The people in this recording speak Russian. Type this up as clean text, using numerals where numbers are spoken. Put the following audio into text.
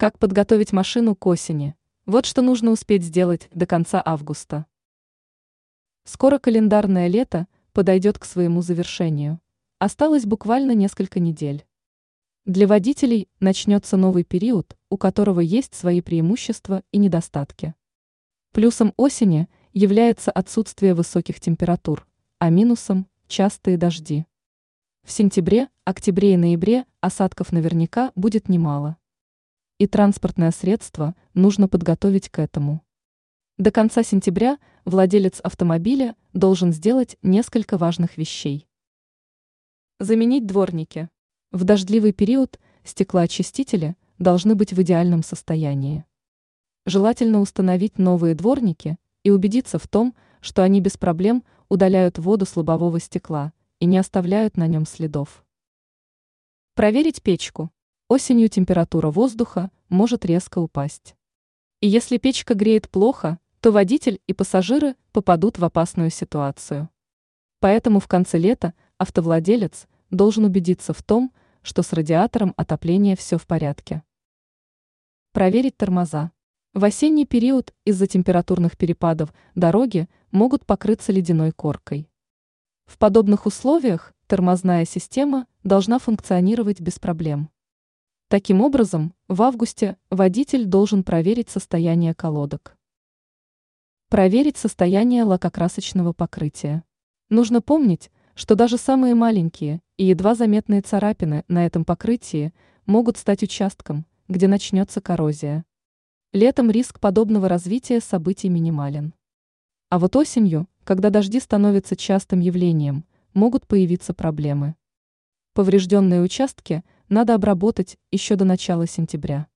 Как подготовить машину к осени? Вот что нужно успеть сделать до конца августа. Скоро календарное лето подойдет к своему завершению. Осталось буквально несколько недель. Для водителей начнется новый период, у которого есть свои преимущества и недостатки. Плюсом осени является отсутствие высоких температур, а минусом – частые дожди. В сентябре, октябре и ноябре осадков наверняка будет немало. И транспортное средство нужно подготовить к этому. До конца сентября владелец автомобиля должен сделать несколько важных вещей. Заменить дворники. В дождливый период стеклоочистители должны быть в идеальном состоянии. Желательно установить новые дворники и убедиться в том, что они без проблем удаляют воду с лобового стекла и не оставляют на нем следов. Проверить печку. Осенью температура воздуха может резко упасть. И если печка греет плохо, то водитель и пассажиры попадут в опасную ситуацию. Поэтому в конце лета автовладелец должен убедиться в том, что с радиатором отопления все в порядке. Проверить тормоза. В осенний период из-за температурных перепадов дороги могут покрыться ледяной коркой. В подобных условиях тормозная система должна функционировать без проблем. Таким образом, в августе водитель должен проверить состояние колодок. Проверить состояние лакокрасочного покрытия. Нужно помнить, что даже самые маленькие и едва заметные царапины на этом покрытии могут стать участком, где начнется коррозия. Летом риск подобного развития событий минимален. А вот осенью, когда дожди становятся частым явлением, могут появиться проблемы. Поврежденные участки надо обработать еще до начала сентября.